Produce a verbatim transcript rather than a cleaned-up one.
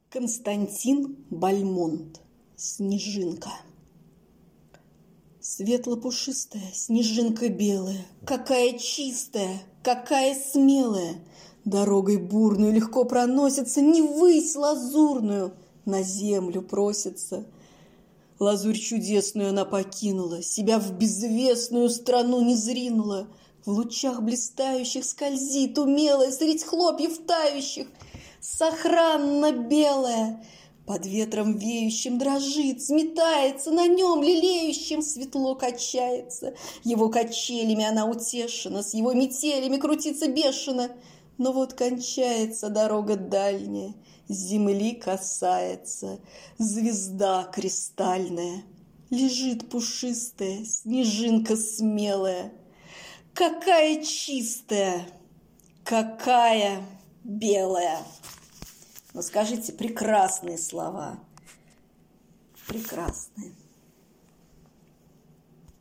Константин Бальмонт. Снежинка. Светло-пушистая, снежинка белая, какая чистая, какая смелая. Дорогой бурную легко проносится, не ввысь лазурную, на землю просится. Лазурь чудесную она покинула, себя в безвестную страну не зринула. В лучах блистающих скользит умелая, средь хлопьев тающих, сохранно белая. Под ветром веющим дрожит, сметается, на нем лелеющим светло качается. Его качелями она утешена, с его метелями крутится бешено. Но вот кончается дорога дальняя, земли касается, звезда кристальная. Лежит пушистая, снежинка смелая. Какая чистая, какая белая. Ну, скажите, прекрасные слова. Прекрасные.